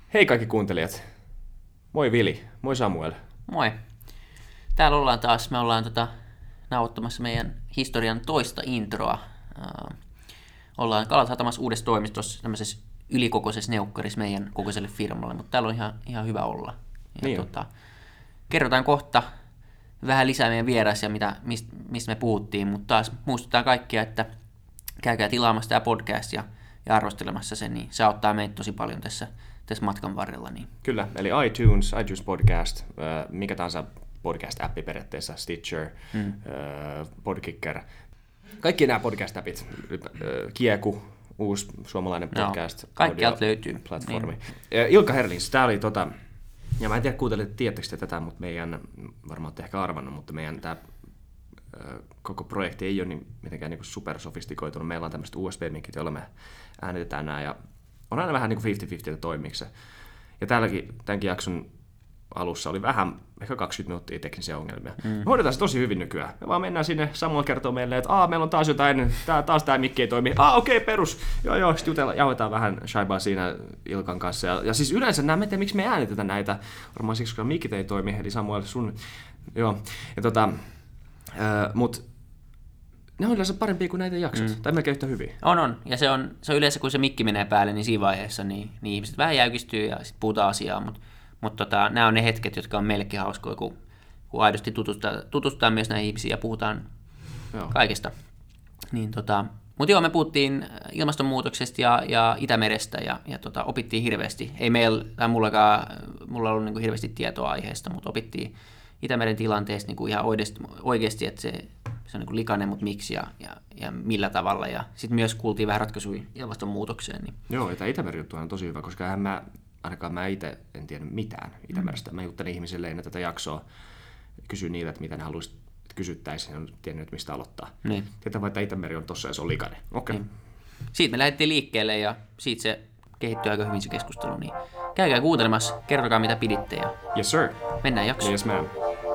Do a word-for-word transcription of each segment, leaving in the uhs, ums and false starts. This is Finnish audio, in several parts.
Hei kaikki kuuntelijat. Moi Vili, moi Samuel. Moi. Täällä ollaan taas, me ollaan tota, nauhoittamassa meidän historian toista introa. Uh, ollaan Kalatsatamassa uudessa toimistossa, tämmöisessä ylikokoisessa neukkarissa meidän kokoiselle firmalle, mutta täällä on ihan, ihan hyvä olla. Ja, niin tota, kerrotaan kohta vähän lisää meidän vieraisia, mitä, mistä, mistä me puhuttiin, mutta taas muistutetaan kaikkia, että käykää tilaamassa tämä podcast ja, ja arvostelemassa sen, niin se auttaa meitä tosi paljon tässä, tässä matkan varrella. Niin. Kyllä, eli iTunes, iTunes Podcast, mikä tahansa podcast-appi periaatteessa, Stitcher, mm. Podkicker. Kaikki nämä podcast-appit, Kieku, uusi suomalainen podcast. Joo, kaikki alta löytyy. Platformi. Niin. Ilkka Herlins, tämä oli tota, ja mä en tiedä kuuntelijat, tiedättekö tätä, mutta meidän, varmaan olette ehkä arvannut, mutta meidän tämä koko projekti ei ole niin, mitenkään niin supersofistikoitunut. Meillä on tämmöiset U S B-mikkit, joilla me äänitetään nämä, ja on aina vähän niin kuin viisikymmentä viisikymmentä, että toimiiko se. Ja täälläkin, tämänkin jakson alussa oli vähän, ehkä kaksikymmentä minuuttia teknisiä ongelmia. Mm. Me hoidetaan se tosi hyvin nykyään. Me vaan mennään sinne, Samuel kertoo meille, että Aa, meillä on taas jotain, tää, taas tämä mikki ei toimi. Aa, okei, okay, perus. Joo, joo, sitten jutellaan, jauhetaan vähän shaibaa siinä Ilkan kanssa. Ja, ja siis yleensä nämä, en tiedä, miksi me äänitetään näitä. Varmaan siksi, koska mikit ei toimi, eli Samuel sun. Joo, ja tota, äh, mut ne on yleensä parempia kuin näitä jaksot, mm. tai melkein yhtä hyviä. On, on. Ja se on, se on yleensä, kun se mikki menee päälle, niin siinä vaiheessa niin, niin ihmiset vähän jäykistyy ja sitten puhutaan asiaa. Mutta mut tota, nämä on ne hetket, jotka on meillekin hauskoja, kun, kun aidosti tutustaa, tutustaa myös näihin ihmisiin ja puhutaan joo. kaikesta. Niin, tota, mutta joo, me puhuttiin ilmastonmuutoksesta ja, ja Itämerestä ja, ja tota, opittiin hirveästi. Ei meillä, tai mullakaan, mulla ollut niinku hirveästi tietoa aiheesta, mutta opittiin Itämeren tilanteesta niinku ihan oikeasti, oikeasti, että se, se on niinku likainen, mutta miksi ja, ja, ja millä tavalla. Ja sitten myös kuultiin vähän ratkaisuja ilmastonmuutokseen. Niin. Joo, ja tämä Itämeri-juttu on tosi hyvä, koska mä, ainakaan mä itse en tiedä mitään Itämerestä. Mm. Mä juttelin ihmisille ennen tätä jaksoa, kysyin niitä, että mitä ne haluaisivat, että kysyttäisiin, en tiennyt, että mistä aloittaa. Niin. Tietää vain, että Itämeri on tossa ja se on likainen. Okei. Okay. Niin. Siitä me lähdettiin liikkeelle ja siitä se kehittyi aika hyvin se keskustelu. Niin käykää kuuntelemassa, kertokaa mitä piditte. Ja yes sir. Mennään jaksoon. Yes ma'am.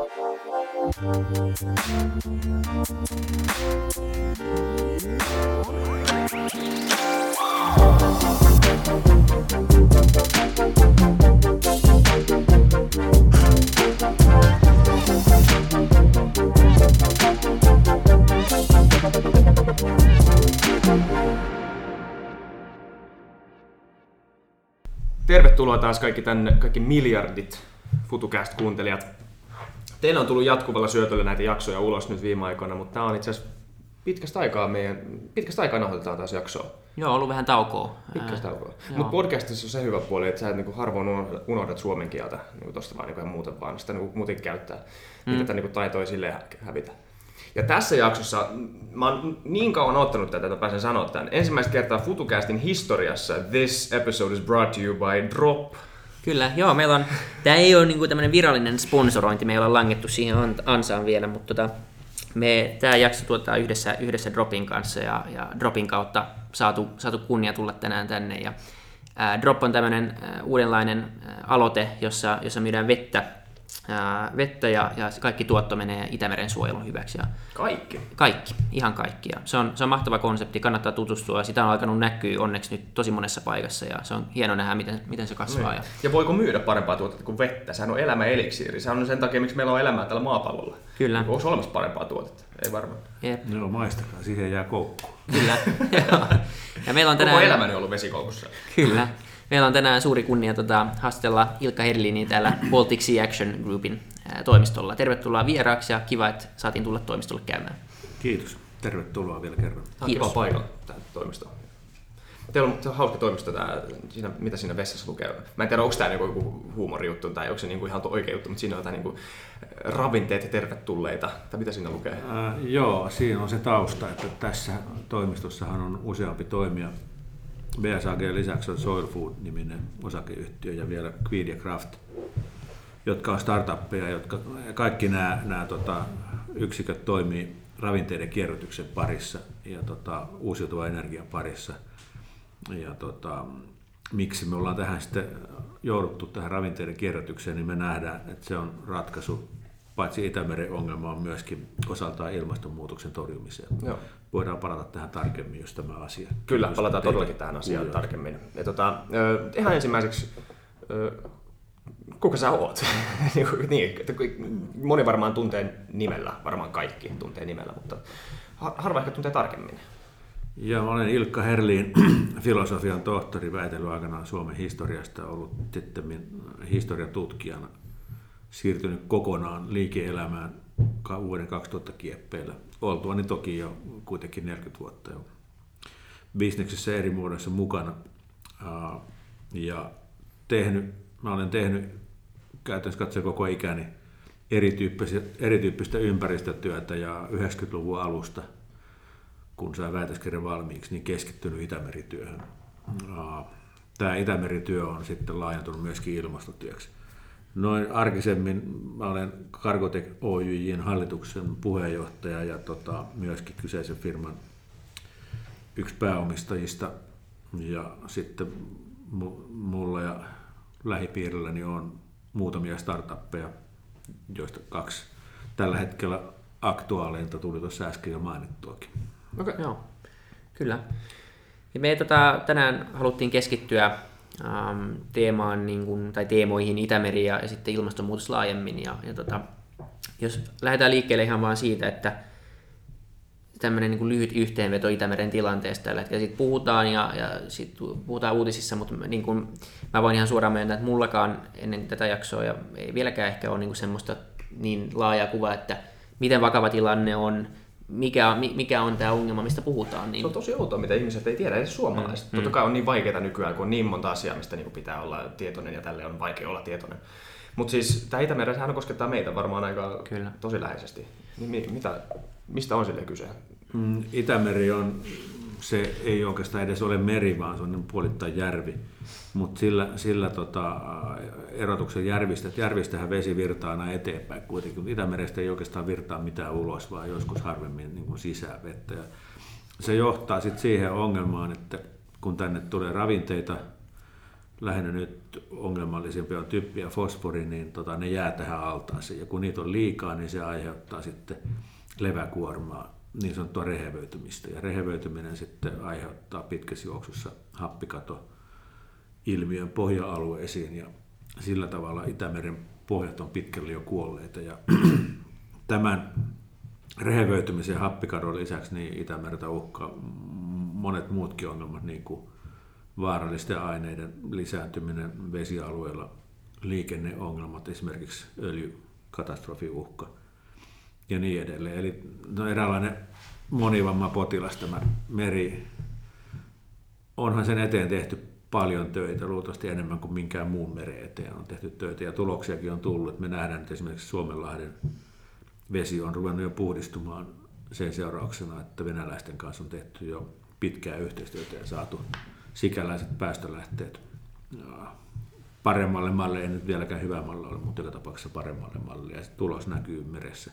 Tervetuloa taas kaikki tänne, kaikki miljardit FutuCast-kuuntelijat. Teillä on tullut jatkuvalla syötöllä näitä jaksoja ulos nyt viime aikoina, mutta tämä on itse asiassa pitkästä aikaa meidän, pitkästä aikaa nauhoitetaan taas jaksoa. Joo, on ollut vähän taukoa. Pitkästä taukoa. Mutta podcastissa on se hyvä puoli, että sä et niinku harvoin unohdat suomen kieltä niinku tosta vaan niinku ihan muuten vaan, sitä niinku muuten käyttää. Mm. Niin tätä niinku taitoja silleen hävitä. Ja tässä jaksossa, mä oon niin kauan ottanut tätä, että pääsen sanoa tämän. Ensimmäistä kertaa FutuCastin historiassa this episode is brought to you by Drop. Kyllä, joo, meillä on, tää ei ole niinku tämmönen virallinen sponsorointi, me ei olla langettu siihen ansaan vielä, mutta tota, me, tää jakso tuotetaan yhdessä, yhdessä Dropin kanssa ja, ja Dropin kautta saatu, saatu kunnia tulla tänään tänne. Ja, ää, Drop on tämmönen ää, uudenlainen ää, aloite, jossa, jossa myydään vettä, ää, vettä ja, ja kaikki tuotto menee Itämeren suojelun hyväksi. Ja kaikki? Kaikki, ihan kaikki. Ja se, on, se on mahtava konsepti, kannattaa tutustua. Sitä on alkanut näkyä onneksi nyt tosi monessa paikassa ja se on hieno nähdä, miten, miten se kasvaa. Niin. Ja... ja voiko myydä parempaa tuotetta kuin vettä? Sehän on elämä eliksiiri. Sehän on sen takia, miksi meillä on elämää tällä maapallolla. Kyllä. Onko olemassa parempaa tuotetta? Ei varmaan. Jep. Joo, maistakaa. Siihen jää koukku. Kyllä. ja meillä on tänään... Koko elämäni on ollut vesikoukussa. Kyllä. Meillä on tänään suuri kunnia tota, haastella Ilkka Herliniä täällä Baltic Sea Action Groupin ää, toimistolla. Tervetuloa vieraaksi ja kiva, että saatiin tulla toimistolle käymään. Kiitos. Tervetuloa vielä kerran. Tämä on kiva paikalla tämä toimisto. Teillä on, on hauska toimisto, tämä, siinä, mitä siinä vessassa lukee. Mä en tiedä, onko tämä joku huumorijuttu tai onko se niinku ihan oikea juttu, mutta siinä on jotain niinku ravinteet ja tervetulleita. Tai mitä siinä lukee? Äh, joo, siinä on se tausta, että tässä toimistossahan on useampi toimija. B S A G lisäksi on Soil Food-niminen osakeyhtiö ja vielä Quid ja Craft, jotka on startuppeja, jotka kaikki nämä, nämä tota, yksiköt toimii ravinteiden kierrätyksen parissa ja tota, uusiutuvan energian parissa. Ja tota, miksi me ollaan tähän sitten jouduttu tähän ravinteiden kierrätykseen, niin me nähdään, että se on ratkaisu paitsi Itämeren ongelma on myöskin osaltaan ilmastonmuutoksen torjumiseen. Joo. Voidaan palata tähän tarkemmin, jos tämä asia. Kyllä, palataan todellakin tähän asiaan tarkemmin. Ja tota, ihan ensimmäiseksi Öö, kuka sä oot? Niin, moni varmaan tuntee nimellä, varmaan kaikki tuntee nimellä, mutta harva ehkä tuntee tarkemmin. Ja mä olen Ilkka Herlin, filosofian tohtori, väitellyt aikanaan Suomen historiasta, ollut sitten historiatutkijana, siirtynyt kokonaan liike-elämään vuoden kaksituhatta kieppeillä. Oltuani toki jo kuitenkin neljäkymmentä vuotta jo bisneksessä eri muodoissa mukana. Ja tehnyt, mä olen tehnyt käytännössä katsoen koko ikäni erityyppistä, erityyppistä ympäristötyötä ja yhdeksänkymmentäluvun alusta, kun sain väitöskirjan valmiiksi, niin keskittynyt Itämerityöhön. Tämä Itämerityö on sitten laajentunut myöskin ilmastotyöksi. Noin arkisemmin mä olen Cargotec Oyj:n hallituksen puheenjohtaja ja tota, myöskin kyseisen firman yksi pääomistajista. Ja sitten mulla ja lähipiirilläni on muutamia startuppeja, joista kaksi tällä hetkellä aktuaaleinta tuli tuossa äsken jo mainittuakin. Okay. Joo, kyllä. Ja me tota, tänään haluttiin keskittyä ähm, teemaan, niin kun, tai teemoihin Itämeri ja, ja sitten ilmastonmuutos laajemmin. Ja, ja tota, jos lähdetään liikkeelle ihan vaan siitä, että tämmöinen niin kuin lyhyt yhteenveto Itämeren tilanteesta tällä hetkellä. Siitä puhutaan ja, ja siitä puhutaan uutisissa, mutta niin kuin, mä voin ihan suoraan myöntää, että mullakaan ennen tätä jaksoa ja ei vieläkään ehkä ole niin kuin semmoista niin laajaa kuvaa, että miten vakava tilanne on, mikä, mikä on tämä ongelma, mistä puhutaan. Niin... Se on tosi outoa, mitä ihmiset ei tiedä, edes suomalaiset. Mm. Totta kai on niin vaikeaa nykyään, kun on niin monta asiaa, mistä niin kuin pitää olla tietoinen ja tälle on vaikea olla tietoinen. Mutta siis tämä Itämeren, sehän koskettaa meitä varmaan aika Kyllä. tosi läheisesti. Niin, mitä, mistä on silleen kyse? Itämeri on, se ei oikeastaan edes ole meri, vaan se on puolittain järvi, mutta sillä, sillä tota, erotuksen järvistä, että järvistähän vesi virtaa aina eteenpäin kuitenkin, Itämerestä ei oikeastaan virtaa mitään ulos, vaan joskus harvemmin niin kuin sisään vettä. Ja se johtaa sitten siihen ongelmaan, että kun tänne tulee ravinteita, lähinnä nyt ongelmallisempia on typpi ja fosfori, niin tota, ne jää tähän altaaseen, ja kun niitä on liikaa, niin se aiheuttaa sitten leväkuormaa, niin sanottua rehevöitymistä. Ja rehevöityminen sitten aiheuttaa pitkässä juoksussa happikato-ilmiön pohja-alueisiin, ja sillä tavalla Itämeren pohjat on pitkälle jo kuolleita. Ja tämän rehevöitymisen ja happikadon lisäksi niin Itämerta uhkaa monet muutkin ongelmat, niin kuin vaarallisten aineiden lisääntyminen vesialueella, liikenneongelmat, esimerkiksi öljykatastrofiuhka ja niin edelleen. Eli no, eräänlainen monivamma potilas tämä meri. Onhan sen eteen tehty paljon töitä, luultavasti enemmän kuin minkään muun meren eteen on tehty töitä, ja tuloksiakin on tullut. Me nähdään, että esimerkiksi Suomenlahden vesi on ruvennut jo puhdistumaan sen seurauksena, että venäläisten kanssa on tehty jo pitkää yhteistyötä ja saatu sikäläiset päästölähteet paremmalle mallille, ei nyt vieläkään hyvä malli ole, mutta joka tapauksessa paremmalle mallille, ja tulos näkyy meressä.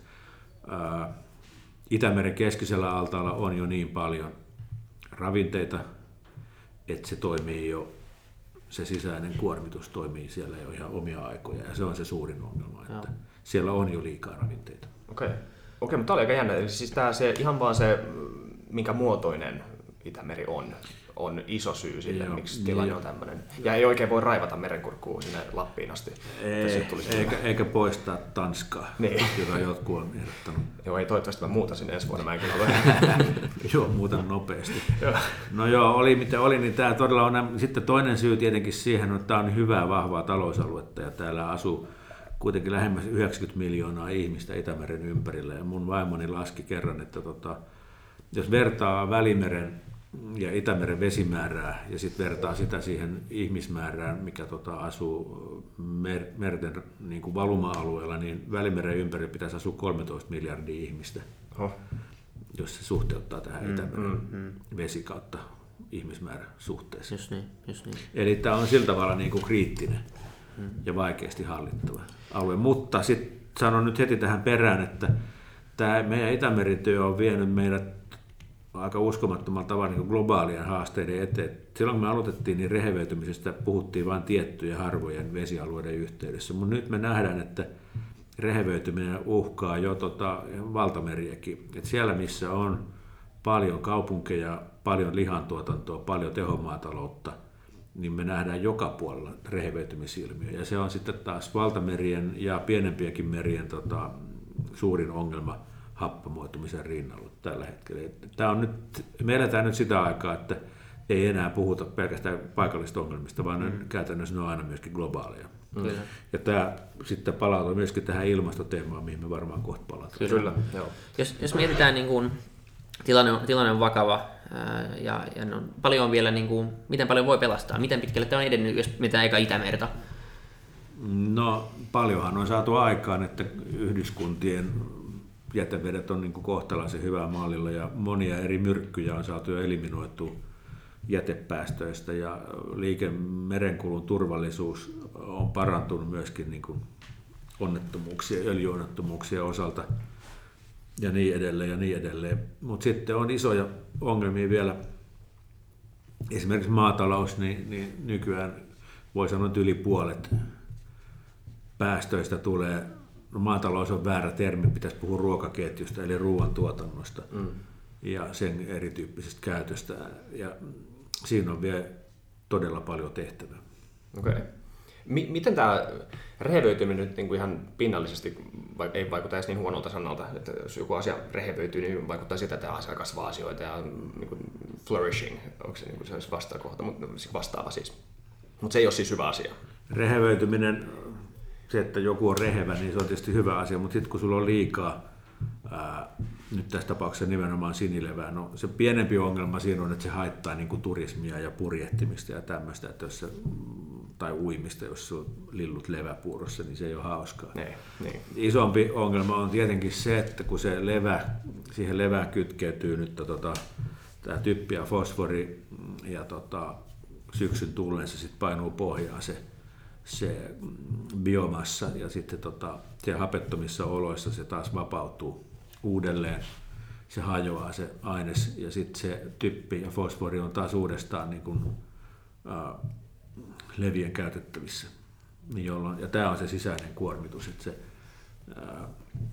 Itämeren keskisellä altaalla on jo niin paljon ravinteita, että se toimii jo, se sisäinen kuormitus toimii siellä jo ihan omia aikoja, ja se on se suurin ongelma, että no. siellä on jo liikaa ravinteita. Okei, okay. okay, mutta tämä oli aika jännä. Eli siis tämä se, ihan vaan se, minkä muotoinen Itämeri on, on iso syy sille, Joo, miksi tilanne on tämmöinen. Ja ei oikein voi raivata merenkurkkuun sinne Lappiin asti. Ei, eikä, eikä poistaa Tanskaa, niin. jota jotkut on ehdottanut. Joo, ei toivottavasti mä muutan sinne ensi vuonna, mä en kyllä ole. Joo, muutan nopeasti. No joo, oli mitä oli, niin tämä todella on. Sitten toinen syy tietenkin siihen, että tämä on hyvää, vahvaa talousaluetta, ja täällä asuu kuitenkin lähemmäs yhdeksänkymmentä miljoonaa ihmistä Itämeren ympärillä. Ja mun vaimoni laski kerran, että tota, jos vertaa Välimeren ja Itämeren vesimäärää ja sitten vertaa sitä siihen ihmismäärään, mikä tota, asuu mer- merten niin kuin valuma-alueella, niin Välimeren ympärillä pitäisi asua kolmetoista miljardia ihmistä, oh. jos se suhteuttaa tähän mm, Itämeren mm, mm. vesi kautta ihmismäärä suhteessa. Just niin, just niin. Eli tämä on sillä tavalla niin kuin kriittinen mm. ja vaikeasti hallittava alue, mutta sitten sanon nyt heti tähän perään, että tämä meidän Itämerityö on vienyt meidät aika uskomattomalla tavalla niin globaalien haasteiden eteen. Silloin kun me aloitettiin, niin rehevöitymisestä puhuttiin vain tiettyjen harvojen vesialueiden yhteydessä, mutta nyt me nähdään, että rehevöityminen uhkaa jo tota valtameriäkin. Et siellä, missä on paljon kaupunkeja, paljon lihantuotantoa, paljon tehomaataloutta, niin me nähdään joka puolella rehevöitymisilmiö. Ja se on sitten taas valtamerien ja pienempiäkin merien tota, suurin ongelma happamoitumisen rinnalla tällä hetkellä. Tämä on nyt, me eletään nyt sitä aikaa, että ei enää puhuta pelkästään paikallista ongelmista, vaan mm. käytännössä ne on aina myöskin globaaleja. Mm. Ja tämä sitten palautuu myöskin tähän ilmastoteemaan, mihin me varmaan kohta palataan. Kyllä, joo. Jos, jos mietitään, niin kuin, tilanne, on, tilanne on vakava ää, ja, ja no, paljon on vielä, niin kuin, miten paljon voi pelastaa, miten pitkälle tämä on edennyt, jos mietitään eka Itämerta? No paljonhan on saatu aikaan, että yhdyskuntien jätevedet on niin kuin kohtalaisen hyvää mallilla ja monia eri myrkkyjä on saatu jo eliminoitua jätepäästöistä ja liikemerenkulun turvallisuus on parantunut myöskin niin kuin onnettomuuksien, öljyonnettomuuksien osalta ja niin edelleen ja niin edelleen. Mutta sitten on isoja ongelmia vielä. Esimerkiksi maatalous, niin, niin nykyään voi sanoa, että yli puolet päästöistä tulee, no maatalous on väärä termi, pitäisi puhua ruokaketjusta eli ruoantuotannosta mm. ja sen erityyppisestä käytöstä. Ja siinä on vielä todella paljon tehtävää. Okei. Okay. M- miten tämä rehevöityminen nyt niin kuin ihan pinnallisesti ei vaikuta edes niin huonolta sanalta, että jos joku asia rehevöityy, niin vaikuttaa sitä, että asia kasvaa asioita ja niin kuin flourishing, onko se, niin kuin se olisi vastaakohta, mutta vastaava siis. Mutta se ei ole siis hyvä asia. Rehevöityminen, se, että joku on rehevä, niin se on tietysti hyvä asia, mutta sitten kun sulla on liikaa, ää, nyt tässä tapauksessa nimenomaan sinilevää, no se pienempi ongelma siinä on, että se haittaa niin kuin turismia ja purjehtimista ja tämmöistä, että jos se, tai uimista, jos se on lillut leväpuurossa, niin se ei ole hauskaa. Niin, niin. Isompi ongelma on tietenkin se, että kun se levä, siihen levään kytkeytyy nyt tota, tämä typpi ja fosfori ja tota, syksyn tullen se sitten painuu pohjaan se, se biomassa ja sitten tota, se hapettomissa oloissa se taas vapautuu uudelleen, se hajoaa se aines ja sitten se typpi ja fosfori on taas uudestaan niin kuin, ää, levien käytettävissä. Niin jolloin, ja tämä on se sisäinen kuormitus, että se ää,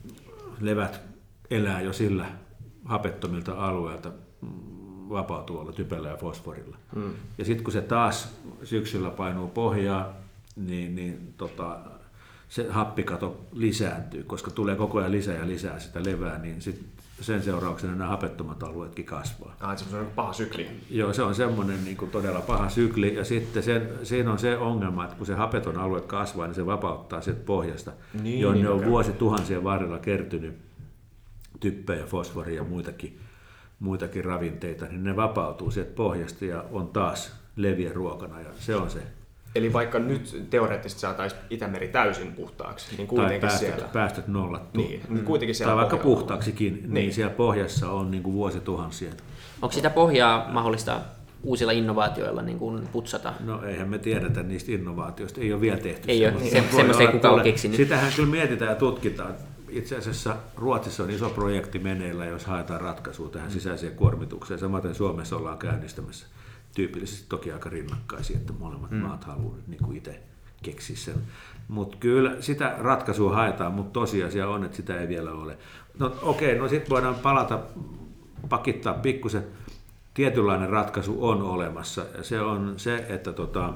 levät elää jo sillä hapettomilta alueilta vapautuvalla typellä ja fosforilla. Mm. Ja sitten kun se taas syksyllä painuu pohjaan, niin, niin tota, se happikato lisääntyy, koska tulee koko ajan lisää ja lisää sitä levää, niin sit sen seurauksena nämä hapettomat alueetkin kasvaa. Ah, se on paha sykli. Joo, se on semmoinen niin kuin todella paha sykli, ja sitten sen, siinä on se ongelma, että kun se hapeton alue kasvaa, niin se vapauttaa sieltä pohjasta, niin, jonne niin, on okay. vuosituhansien varrella kertynyt typpeä ja fosforia ja muitakin, muitakin ravinteita, niin ne vapautuu sieltä pohjasta ja on taas levien ruokana, ja se on se. Eli vaikka nyt teoreettisesti saataisiin Itämeri täysin puhtaaksi, niin kuitenkin tai päästöt, siellä... päästöt nollattu. Niin, niin kuitenkin siellä tai vaikka pohjalla puhtaaksikin, niin. niin siellä pohjassa on niin kuin vuosituhansia. Onko sitä pohjaa mahdollista uusilla innovaatioilla niin kuin putsata? No eihän me tiedetä niistä innovaatioista, ei ole vielä tehty. Ei ole, se, semmoista ei kukaan ole keksinyt. Sitähän kyllä mietitään ja tutkitaan. Itse asiassa Ruotsissa on iso projekti meneillä, jos haetaan ratkaisua tähän sisäiseen kuormitukseen. Samaten Suomessa ollaan käynnistämässä. Tyypillisesti toki aika rinnakkaisia, että molemmat mm. maat haluaa nyt niin kuin itse keksiä sen. Mutta kyllä sitä ratkaisua haetaan, mutta tosiasia on, että sitä ei vielä ole. No okei, okay, no sitten voidaan palata, pakittaa pikkusen. Tietynlainen ratkaisu on olemassa, ja se on se, että tota,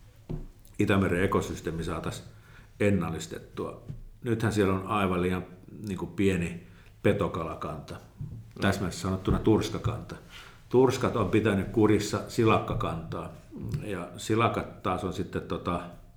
Itämeren ekosysteemi saataisiin ennallistettua. Nythän siellä on aivan liian niin kuin pieni petokalakanta, täsmällisesti sanottuna turskakanta. Turskat on pitänyt kurissa silakkakantaa, ja silakat taas on sitten, tota,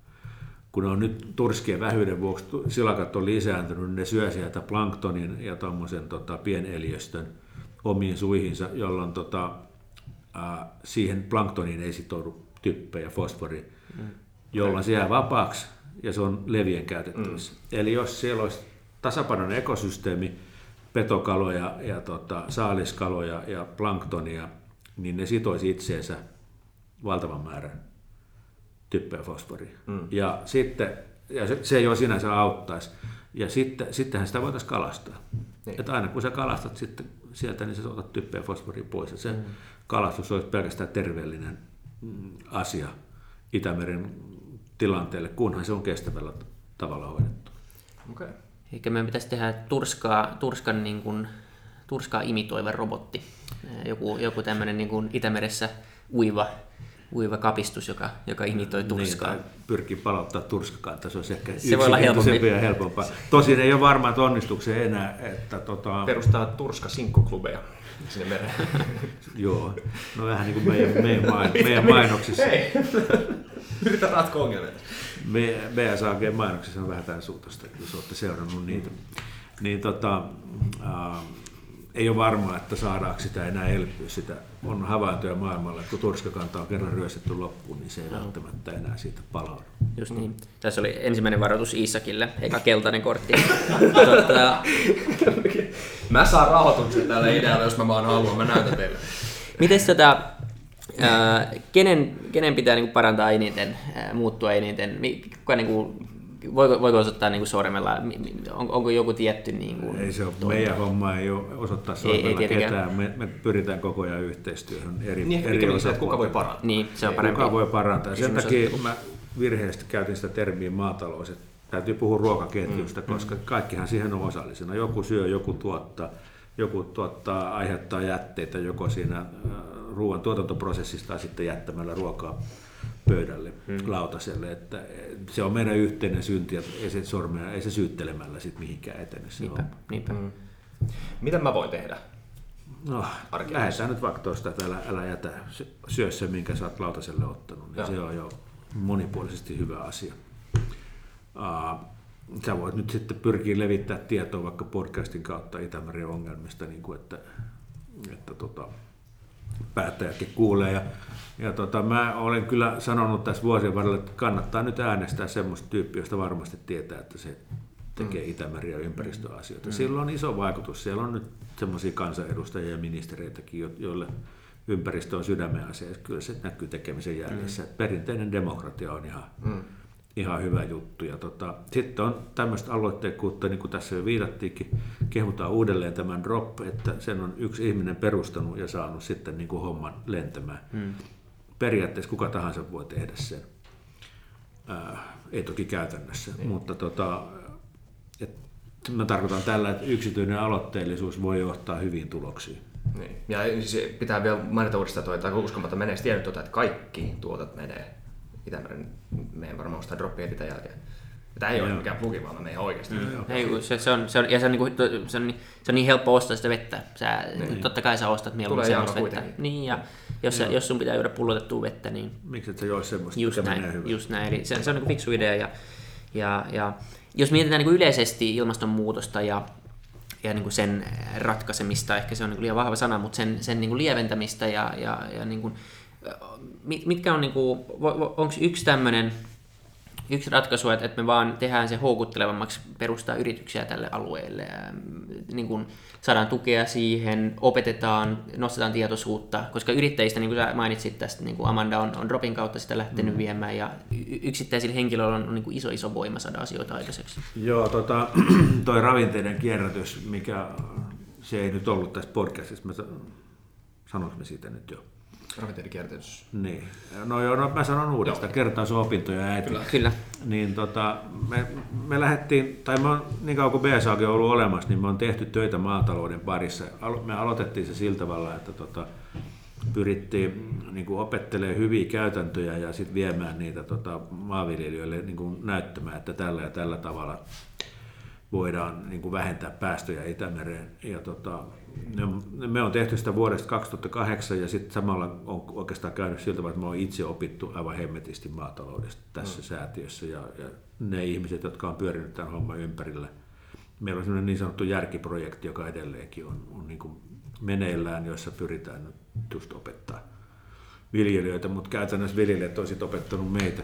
kun on nyt turskien vähyyden vuoksi, silakat on lisääntynyt, niin ne syö sieltä planktonin ja tuommoisen tota, pieneliöstön omiin suihinsa, jolloin tota, ää, siihen planktoniin ei sitoudu typpeä ja fosfori, mm. jolloin se jää vapaaksi ja se on levien käytettävissä. Mm. Eli jos siellä olisi tasapainoinen ekosysteemi, petokaloja ja tota, saaliskaloja ja planktonia, niin ne sitoisi itseensä valtavan määrän typpeä ja fosforia. Mm. Ja, sitten, ja se, se jo sinänsä auttaisi. Ja sitten, sittenhän sitä voitaisiin kalastaa. Niin. Että aina kun sä kalastat sitten sieltä, niin sä otat typpeä ja fosforia pois. Ja se mm. kalastus olisi pelkästään terveellinen asia Itämeren tilanteelle, kunhan se on kestävällä tavalla hoidettu. Okay. Eikä meidän pitäisi tehdä turskaa, turskan niin kuin, turskaa imitoiva robotti. Joku, joku tämmöinen niin kuin Itämeressä uiva, uiva kapistus, joka, joka imitoi turskaa. Niin, pyrkii palauttaa turskakanta, se olisi ehkä se voi olla helpompi. Ja helpompaa. Tosin ei ole varmaan, että onnistukseen enää. Että, tota... Perustaa turska-sinkkuklubeja sinne mereen. Joo, no vähän niin kuin meidän, meidän, main, meidän mainoksissa. Hei, yritä ratkoa ongelmia. B S A G-mainoksissa on vähän tämän suutosta, jos olette seurannut niitä. Niin, tota, äh, ei ole varmaa, että saadaanko sitä enää elpyä. Sitä on havaintoja maailmalla, että kun turskakanta on kerran ryöstetty loppuun, niin se ei välttämättä enää siitä palaudu. Just niin. Tässä oli ensimmäinen varoitus Iisakille, eikä keltainen kortti. Tuota... Mä saan rahoituksen tällä idealla, jos mä vaan haluan, mä näytän teille. Mites tota, ää, kenen, kenen pitää niinku parantaa eniten, ää, muuttua eniten? Kuka, niinku, voiko, voiko osoittaa niinku sormella? On, onko joku tietty... Niinku, ei se ole. Meidän homma ei ole osoittaa sormella ei, ei ketään. Me, me pyritään koko ajan yhteistyöhön eri, niin, eri osapuolta. Se, kuka voi parantaa. Niin, se on parempi. Kuka voi parantaa. Sen takia mä virheellisesti käytin sitä termiä maatalous. Täytyy puhua ruokaketjusta, mm, koska mm. kaikkihan siihen on osallisena. Joku syö, joku tuottaa, joku tuottaa, aiheuttaa jätteitä joko siinä ruoan tuotantoprosessista tai sitten jättämällä ruokaa pöydälle, mm. lautaselle. Että se on meidän yhteinen synti ja ei se, sormea, ei se syyttelemällä sit mihinkään etene. Niinpä, niinpä. Mm. Mitä mä voin tehdä? No, lähdetään nyt vaikka tuosta, että älä, älä jätä syö se, minkä sä oot lautaselle ottanut. Niin se on jo monipuolisesti hyvä asia. Uh, sä voit nyt sitten pyrkiä levittää tietoa vaikka podcastin kautta Itämeren ongelmista, niin kuin että, että tota, päättäjätkin kuulee. Ja, ja tota, mä olen kyllä sanonut tässä vuosien varrella, että kannattaa nyt äänestää semmoista tyyppiä, josta varmasti tietää, että se tekee mm. Itämeri- ja ympäristöasioita. Mm. Sillä on iso vaikutus. Siellä on nyt semmoisia kansanedustajia ja ministereitäkin, joille ympäristö on sydämen asia. Kyllä se näkyy tekemisen jäljessä. Mm. Perinteinen demokratia on ihan... Mm. Ihan hyvä juttu. Ja tota, sitten on tämmöistä aloitteekkuutta, niin kuin tässä jo viitattiinkin, kehutaan uudelleen tämän drop, että sen on yksi ihminen perustanut ja saanut sitten niin kuin homman lentämään. Hmm. Periaatteessa kuka tahansa voi tehdä sen. Äh, ei toki käytännössä, niin. mutta tota, et, mä tarkoitan tällä, että yksityinen aloitteellisuus voi johtaa hyviin tuloksiin. Niin. Ja siis pitää vielä mainita uudestaan, että uskomatta menee tiedä, että kaikki tuotot menee Itämeren, me ei varmaan ostaa droppia heti tämän jälkeen. Tämä ei ole mikään plugi, vaan me ei oikeasti. Ei, se, se, on, se, on, ja se, on, niin kuin, se, on, se on niin helppo ostaa sitä vettä. Sä, niin. Totta kai sä ostat mieluummin semmoista vettä. Niin, ja jos, sä, jos sun pitää juoda pullotettua vettä, niin... Miksi et sä joisi semmoista, just näin, menee hyvä? Just näin, eli se, se on niin fiksu idea. Ja, ja, ja jos mietitään niin yleisesti ilmastonmuutosta ja, ja niin kuin sen ratkaisemista, ehkä se on niin liian vahva sana, mutta sen, sen niin kuin lieventämistä ja, ja, ja niin kuin, mitkä on, niin kuin, onko yksi tämmöinen yksi ratkaisu, että me vaan tehdään se houkuttelevammaksi perustaa yrityksiä tälle alueelle, ja niin kuin saadaan tukea siihen, opetetaan, nostetaan tietoisuutta, koska yrittäjistä, niin kuin sä mainitsit tästä, niin kuin Amanda on, on Dropin kautta sitä lähtenyt mm. viemään, ja yksittäisillä henkilöillä on, on niin kuin iso iso voima saada asioita aikaiseksi. Joo, tota, toi ravinteiden kierrätys, mikä se ei nyt ollut tässä podcastissa, mä sanonko me siitä nyt jo? Ravinteiden kierrätys. Niin. No joo, no mä sanon uudestaan, kertaa sun opintoja äiti. Kyllä. Kyllä. Niin tota, me, me lähdettiin, tai me on, niin kauan kuin B S A G on ollut olemassa, niin me on tehty töitä maatalouden parissa. Me aloitettiin se sillä tavalla, että tota, pyrittiin niin kuin opettelemaan hyviä käytäntöjä ja sitten viemään niitä tota, maanviljelijöille niin kuin näyttämään, että tällä ja tällä tavalla voidaan niin kuin vähentää päästöjä Itämereen. Ja tota, me on tehty sitä vuodesta kaksituhattakahdeksan ja sitten samalla on oikeastaan käynyt siltä tavalla, että me on itse opittu aivan hemmetisti maataloudesta tässä mm. säätiössä ja, ja ne ihmiset, jotka on pyörinyt tämän homman ympärillä. Meillä on sellainen niin sanottu järkiprojekti, joka edelleenkin on, on niin kuin meneillään, jossa pyritään nyt just opettaa viljelijöitä, mutta käytännössä viljelijät on sitten opettanut meitä.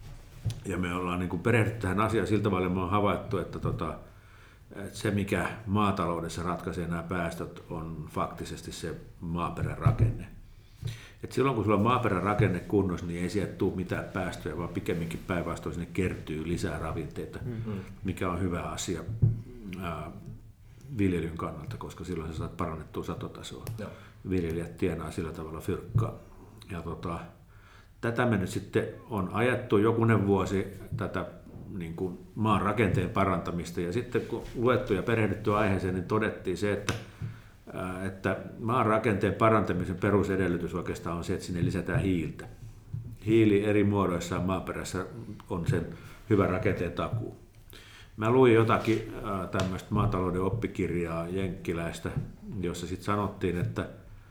Ja me ollaan niin kuin perehdytty tähän asiaan sillä tavalla, että me on havaittu, että tota, se, mikä maataloudessa ratkaisee nämä päästöt, on faktisesti se maaperän rakenne. Et silloin kun sulla on maaperän rakenne kunnossa, niin ei sieltä tule mitään päästöjä, vaan pikemminkin päinvastoin sinne kertyy lisää ravinteita, mm-hmm. mikä on hyvä asia ää, viljelyn kannalta, koska silloin sä saat parannettua satotasoa. Joo. Viljelijät tienaa sillä tavalla fyrkkaa. Ja tota, tätä me nyt sitten on ajettu jokunen vuosi tätä niin kuin maan rakenteen parantamista, ja sitten kun luettu ja perehdytty aiheeseen, niin todettiin se, että, että maan rakenteen parantamisen perusedellytys oikeastaan on se, että sinne lisätään hiiltä. hiili eri muodoissaan maaperässä on sen hyvän rakenteen takuu. Mä luin jotakin äh, tämmöistä maatalouden oppikirjaa jenkkiläistä, jossa sitten sanottiin, että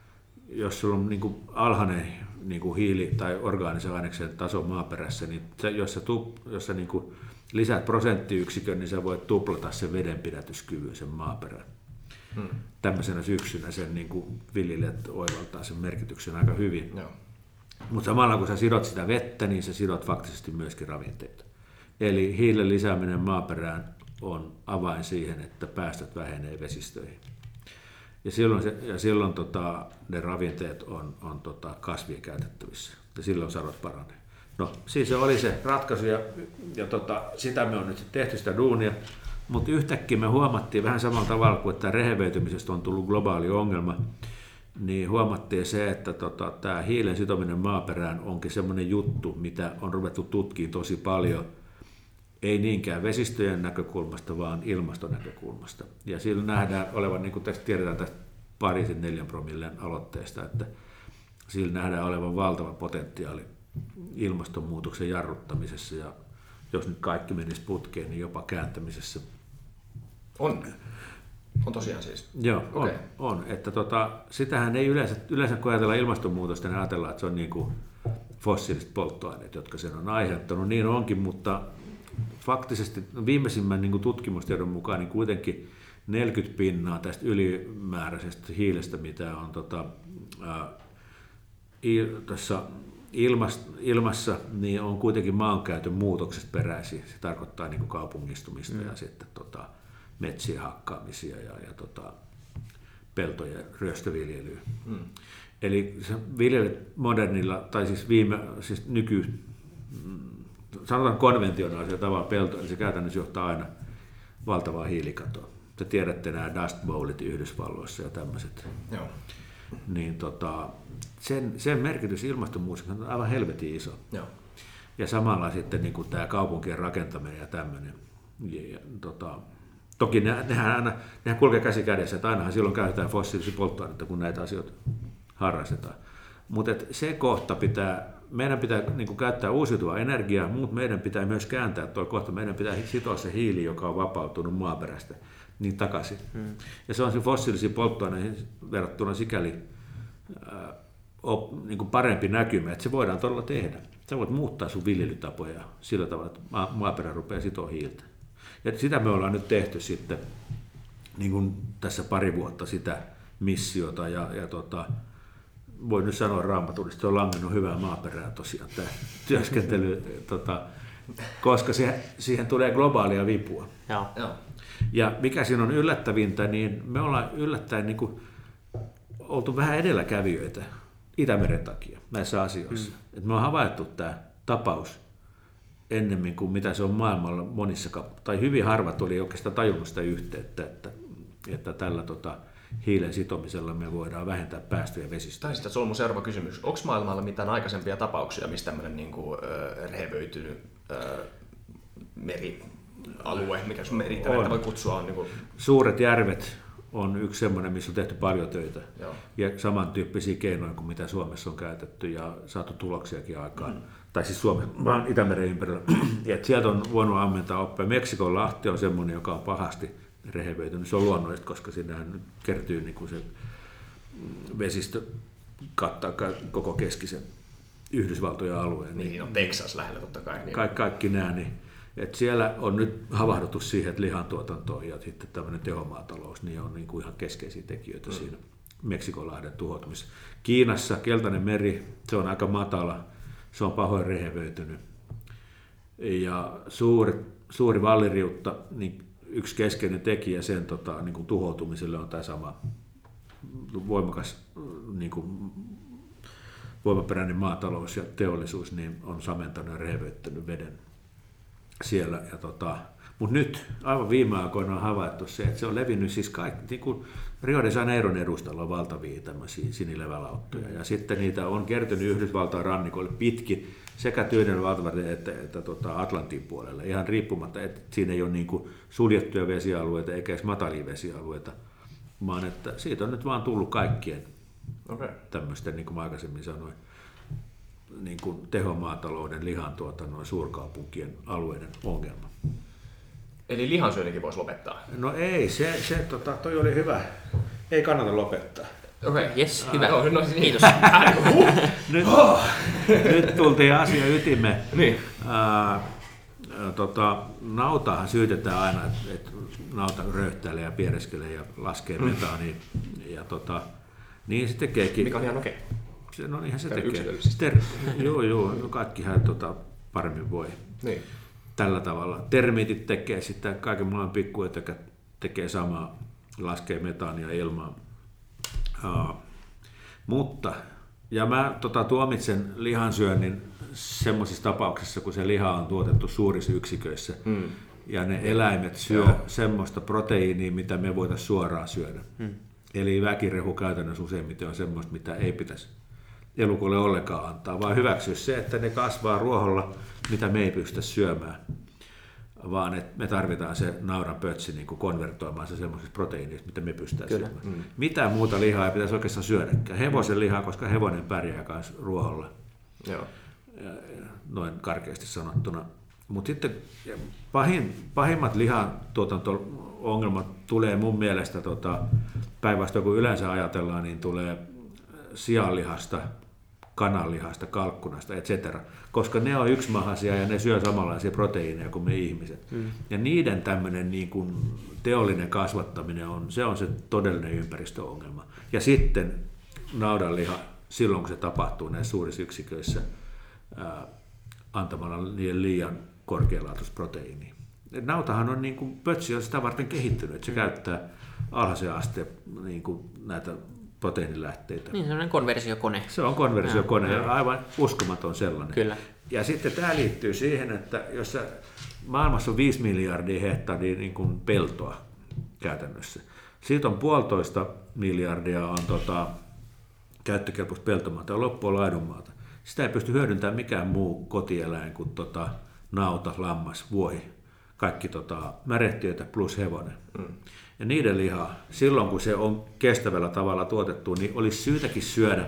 jos sulla on niin kuin alhainen niin kuin hiili- tai orgaanisen aineksen taso maaperässä, niin se, jos sä, tup, jos sä niin kuin lisäät prosenttiyksikön, niin sä voit tuplata sen vedenpidätyskyvyn sen maaperän. Hmm. Tämmöisenä syksynä sen niin kuin viljelijät oivaltaa sen merkityksen aika hyvin. No. Mutta samalla kun sä sidot sitä vettä, niin sä sidot faktisesti myöskin ravinteita. Eli hiilen lisääminen maaperään on avain siihen, että päästöt vähenee vesistöihin. Ja silloin, se, ja silloin tota, ne ravinteet on, on tota, kasvien käytettävissä ja silloin sadot paranee. No siis se oli se ratkaisu ja, ja tota, sitä me on nyt tehty sitä duunia, mutta yhtäkkiä me huomattiin vähän samalla tavalla kuin että rehevöitymisestä on tullut globaali ongelma, niin huomattiin se, että tota, tämä hiilen sitominen maaperään onkin semmoinen juttu, mitä on ruvettu tutkimaan tosi paljon, ei niinkään vesistöjen näkökulmasta, vaan ilmaston näkökulmasta. Ja sillä nähdään olevan, niin kuin tästä tiedetään tästä Pariisin neljän promillen aloitteesta, että sillä nähdään olevan valtava potentiaali ilmastonmuutoksen jarruttamisessa ja jos nyt kaikki menisi putkeen, niin jopa kääntämisessä. On. On tosiaan siis. Joo, on. Okay. on. Että tota, sitähän ei yleensä, yleensä kun ajatellaan ilmastonmuutosta, niin ajatellaan, että se on niin kuin fossiiliset polttoaineet, jotka sen on aiheuttanut. Niin onkin, mutta faktisesti viimeisimmän niin kuin tutkimustiedon mukaan niin kuitenkin neljäkymmentä pinnaa tästä ylimääräisestä hiilestä, mitä on tota, ää, il, tässä ilmas, ilmassa, niin on kuitenkin maankäytön muutoksesta peräisin. Se tarkoittaa niin kuin kaupungistumista mm. ja sitten tota, metsien hakkaamisia ja, ja tota, peltojen ryöstöviljelyä. Mm. Eli se viljelyt modernilla, tai siis, viime, siis nyky, sanotaan konventionaalisella tavalla pelto, eli se käytännössä johtaa aina valtavaa hiilikatoa. Te tiedätte nämä Dust Bowlit Yhdysvalloissa ja tämmöiset. Joo. Niin tota, sen, sen merkitys ilmastonmuutoksessa on aivan helvetin iso. Joo. Ja samalla sitten niin kuin tämä kaupunkien rakentaminen ja tämmöinen. Ja, ja, tota, toki ne, nehän, aina, nehän kulkee käsi kädessä, että ainahan silloin käytetään fossiilisia polttoaineita, kun näitä asioita harrastetaan. Mutta se kohta pitää, meidän pitää niin kuin käyttää uusiutuvaa energiaa, mutta meidän pitää myös kääntää tuo kohta, meidän pitää sitoa se hiili, joka on vapautunut maaperästä, niin takaisin. Hmm. Ja se on se fossiilisiin polttoaineisiin verrattuna sikäli ää, op, niin kuin parempi näkymä, että se voidaan todella tehdä. Sä voit muuttaa sun viljelytapoja sillä tavalla, että maa, maaperä rupeaa sitoa hiiltä. Ja sitä me ollaan nyt tehty sitten niin kuin tässä pari vuotta sitä missiota ja, ja tota, voin nyt sanoa Raamatullista, se on langennut hyvää maaperää tosiaan tämä työskentely, tota, koska se, siihen tulee globaalia vipua. Joo. Ja mikä siinä on yllättävintä, niin me ollaan yllättäen niin kuin oltu vähän edelläkävijöitä Itämeren takia näissä asioissa. Mm. Et me on havaittu tämä tapaus ennemmin kuin mitä se on maailmalla monissa, tai hyvin harvat oli oikeastaan tajunnut sitä yhteyttä, että, että tällä tota, hiilen sitomisella me voidaan vähentää päästöjä vesistöihin. Tai sitten se on mun seuraava kysymys. Onko maailmalla mitään aikaisempia tapauksia, missä tämmöinen niin kuin, äh, rehevöitynyt äh, merialue, mikä sun meri voi kutsua on? Niin kuin... Suuret järvet on yksi semmoinen, missä on tehty paljon töitä. Joo. Ja samantyyppisiä keinoja kuin mitä Suomessa on käytetty ja saatu tuloksiakin aikaan. Mm. Tai siis Suomen, vaan Itämeren ympärillä. Ja sieltä on voinut ammentaa oppia. Meksikon lahti on semmoinen, joka on pahasti rehevöitynyt. Se on luonnollista, koska sinnehän kertyy niin kuin se vesistö kattaa koko keskisen Yhdysvaltojen alueen. Niin, niin on Texas lähellä totta kai. Niin. Kaikki, kaikki nämä. Niin, että siellä on nyt havahduttu siihen, että lihantuotanto ja sitten tämmöinen tehomaatalous niin on niin kuin ihan keskeisiä tekijöitä mm. siinä Meksikonlahden tuhoutumisessa. Kiinassa Keltainen meri, se on aika matala, se on pahoin rehevöitynyt. Ja suuri, suuri valliriutta, niin yksi keskeinen tekijä sen tota, niin kuin tuhoutumiselle on tämä sama voimakas niin kuin, voimaperäinen maatalous ja teollisuus, niin on samentanut ja rehevöittänyt veden siellä. Ja tota, mutta nyt aivan viime aikoina on havaittu se, että se on levinnyt siis kaikki, niin kuin Rio de Janeiron edustalla on valtavia tämmöisiä sinilevälauttoja. Ja sitten niitä on kertynyt Yhdysvaltain rannikoille pitkin sekä Tyynellä valtamerellä että, että, että tota Atlantin puolelle. Ihan riippumatta, että siinä ei ole niin kuin suljettuja vesialueita eikä edes matalia vesialueita, vaan että siitä on nyt vaan tullut kaikkien okay. tämmöisten, niin kuin mä aikaisemmin sanoin. niin kuin tehomaatalouden, lihantuotannon, suurkaupunkien alueiden ongelma. Eli lihansyönnikin voisi lopettaa? No ei, se, se tota, toi oli hyvä. Ei kannata lopettaa. Okei, okay, yes, hyvä. No, no, niin. Kiitos. nyt, nyt tultiin asia ytimeen. Niin. Ää, tota, nautahan syytetään aina, että et nauta röyhtäilee ja piereskelee ja laskee metaania. Ja tota, niin se tekeekin. Mikä on ihan okei. Se, no niinhän se Tämä tekee. yksilöllisesti. Ter- joo, joo, kaikkihan tota, paremmin voi. Niin. Tällä tavalla. Termiitit tekee sitten kaiken maailman pikkuja, jotka tekee samaa, laskee metaania ilmaan. Uh, mutta, ja mä tota, tuomitsen lihansyönnin semmoisissa tapauksissa, kun se liha on tuotettu suurissa yksiköissä, mm. ja ne eläimet syö Joo. semmoista proteiinia, mitä me voitaisiin suoraan syödä. Mm. Eli väkirehu käytännössä useimmiten on semmoista, mitä ei pitäisi elukolle ollenkaan antaa, vaan hyväksyä se, että ne kasvaa ruoholla, mitä me ei pystytä syömään, vaan että me tarvitaan se naudan pötsi niin kuin konvertoimaan se semmoisesta proteiinista, mitä me pystytään Kyllä. syömään. Mm. Mitään muuta lihaa ei pitäisi oikeastaan syödäkään. Hevosen lihaa, koska hevonen pärjää myös ruoholla, Joo. noin karkeasti sanottuna. Mutta sitten pahin, pahimmat lihantuotanto-ongelmat tulee mun mielestä tota, päinvastoin kun yleensä ajatellaan, niin tulee sianlihasta, kananlihasta, kalkkunasta, et cetera. Koska ne on yksimahaisia ja ne syö samanlaisia proteiineja kuin me ihmiset. Mm. Ja niiden tämmöinen niin kuin teollinen kasvattaminen on se, on se todellinen ympäristöongelma. Ja sitten naudanliha, silloin kun se tapahtuu näissä suurissa yksiköissä, ää, antamalla niiden liian korkealaatuista proteiinia. Nautahan on niin kuin, pötsi on sitä varten kehittynyt, että se mm. käyttää alhaisen asteen niin kuin näitä proteiinilähteitä. Niin, sellainen konversiokone. Se on konversiokone, ja aivan uskomaton sellainen. Kyllä. Ja sitten tämä liittyy siihen, että jos maailmassa on viisi miljardia hehtaaria niin kuin peltoa käytännössä, siitä on puolitoista miljardia on tota, käyttökelpoista peltomaata ja loppu on laidunmaata. Sitä ei pysty hyödyntämään mikään muu kotieläin kuin tota, nauta, lammas, vuohi, kaikki tota, märehtiöitä plus hevonen. Mm. Ja niiden liha, silloin kun se on kestävällä tavalla tuotettu, niin olisi syytäkin syödä,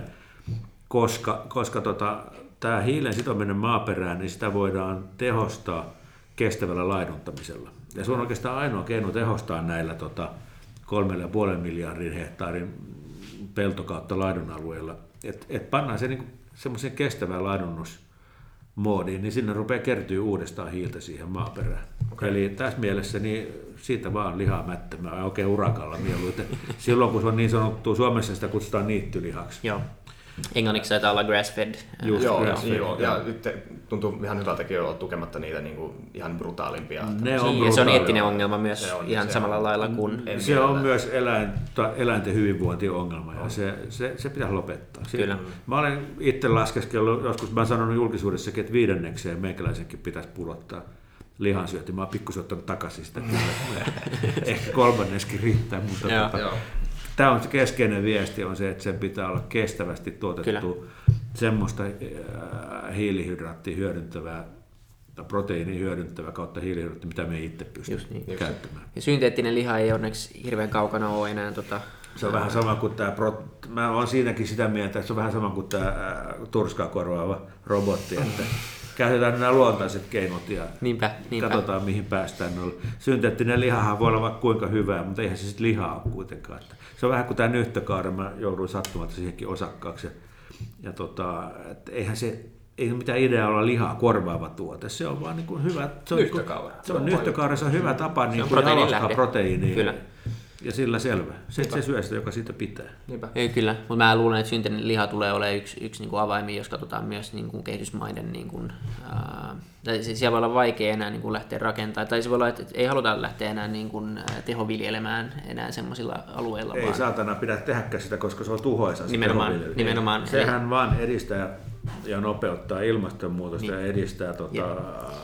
koska, koska tota, tämä hiilen sitominen maaperään, niin sitä voidaan tehostaa kestävällä laiduntamisella. Ja se on oikeastaan ainoa keino tehostaa näillä tota, kolmella ja puolen miljardin hehtaarin peltokautta laidunalueilla. Että et pannaan se niinku semmoiseen kestävään laidunnusmoodiin, niin sinne rupeaa kertyä uudestaan hiiltä siihen maaperään. Okay. Eli tässä mielessä niin siitä vaan lihaa mättämään oikein urakalla mieluiten. Silloin kun se on niin sanottu, Suomessa sitä kutsutaan niittylihaksi. Joo. Englanniksi taitaa olla grass-fed. Just, joo, grass-fed. Joo, ja nyt tuntuu ihan hyvältäkin olla tukematta niitä niin kuin ihan brutaalimpia. Ne on ja se on eettinen ongelma myös on, ihan samalla on, lailla kuin... Se on myös eläin, eläinten hyvinvointiongelma ja se, se, se pitää lopettaa. Kyllä. Mä olen itse laskeskellut, joskus mä sanonut julkisuudessakin, että viidennekseen meikäläisenkin pitäisi pudottaa lihansyönti. Mä oon pikkusen ottanut takaisin sitä. Ehkä kolmanneskin riittää, mutta tota, tämä on se keskeinen viesti, on se, että sen pitää olla kestävästi tuotettu Kyllä. semmoista hiilihydraattia hyödyntävää, tai proteiinia hyödyntävää kautta hiilihydraattia, mitä me itse pystymme niin. käyttämään. Ja synteettinen liha ei onneksi hirveän kaukana ole enää. Tota, se on vähän sama kuin tämä, mä olen siinäkin sitä mieltä, että se on vähän sama kuin tämä turskaa korvaava robotti, että käytetään nämä luontaiset keinot ja niinpä, niinpä. katsotaan mihin päästään. Synteettinen lihahan voi olla vaikka kuinka hyvää, mutta eihän se sitten lihaa ole kuitenkaan. Se on vähän kuin tämä nyhtökaura, mä jouduin sattumatta siihenkin osakkaaksi. Ja, ja tota, eihän se ei ole mitään ideaa olla lihaa korvaava tuote, se on vaan niin kuin hyvä. Se on nyhtökaura. Se on nyhtökaura, se on hyvä tapa niin kuin jalostaa proteiinia. Kyllä. Ja sillä selvä. Se, se syö sitä, joka siitä pitää. Niinpä. Ei kyllä, mutta mä luulen, että synteinen liha tulee olemaan yksi, yksi niin kuin avaimia, jos katsotaan myös niin kuin kehitysmaiden, niin kuin, ää, tai siellä voi olla vaikea enää niin kuin lähteä rakentamaan, tai se voi olla, että ei haluta lähteä enää niin kuin tehoviljelemään enää semmoisilla alueilla. Ei vaan... saatana pidä tehdäkään sitä, koska se on tuhoisa. Nimenomaan. nimenomaan. Sehän eli... vaan edistää ja nopeuttaa ilmastonmuutosta niin. ja edistää tota,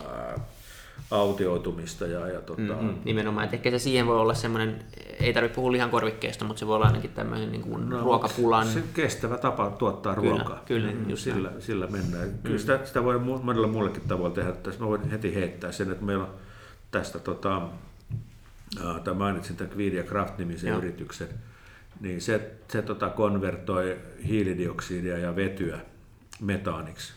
autioitumista. Ja, ja tota... mm-hmm. Nimenomaan, että ehkä se siihen voi olla semmoinen, ei tarvitse puhua lihan korvikkeesta, mutta se voi olla ainakin tämmöinen niin kuin no, ruokapulan. Se kestävä tapa tuottaa kyllä, ruokaa. Kyllä, niin, just sillä, sillä mennään. Mm. Kyllä sitä, sitä voi monella muullekin tavoilla tehdä. Tässä mä voin heti heittää sen, että meillä on tästä, tota, äh, mainitsin tämän Quidia Craft-nimisen Joo. yrityksen, niin se, se tota, konvertoi hiilidioksidia ja vetyä metaaniksi.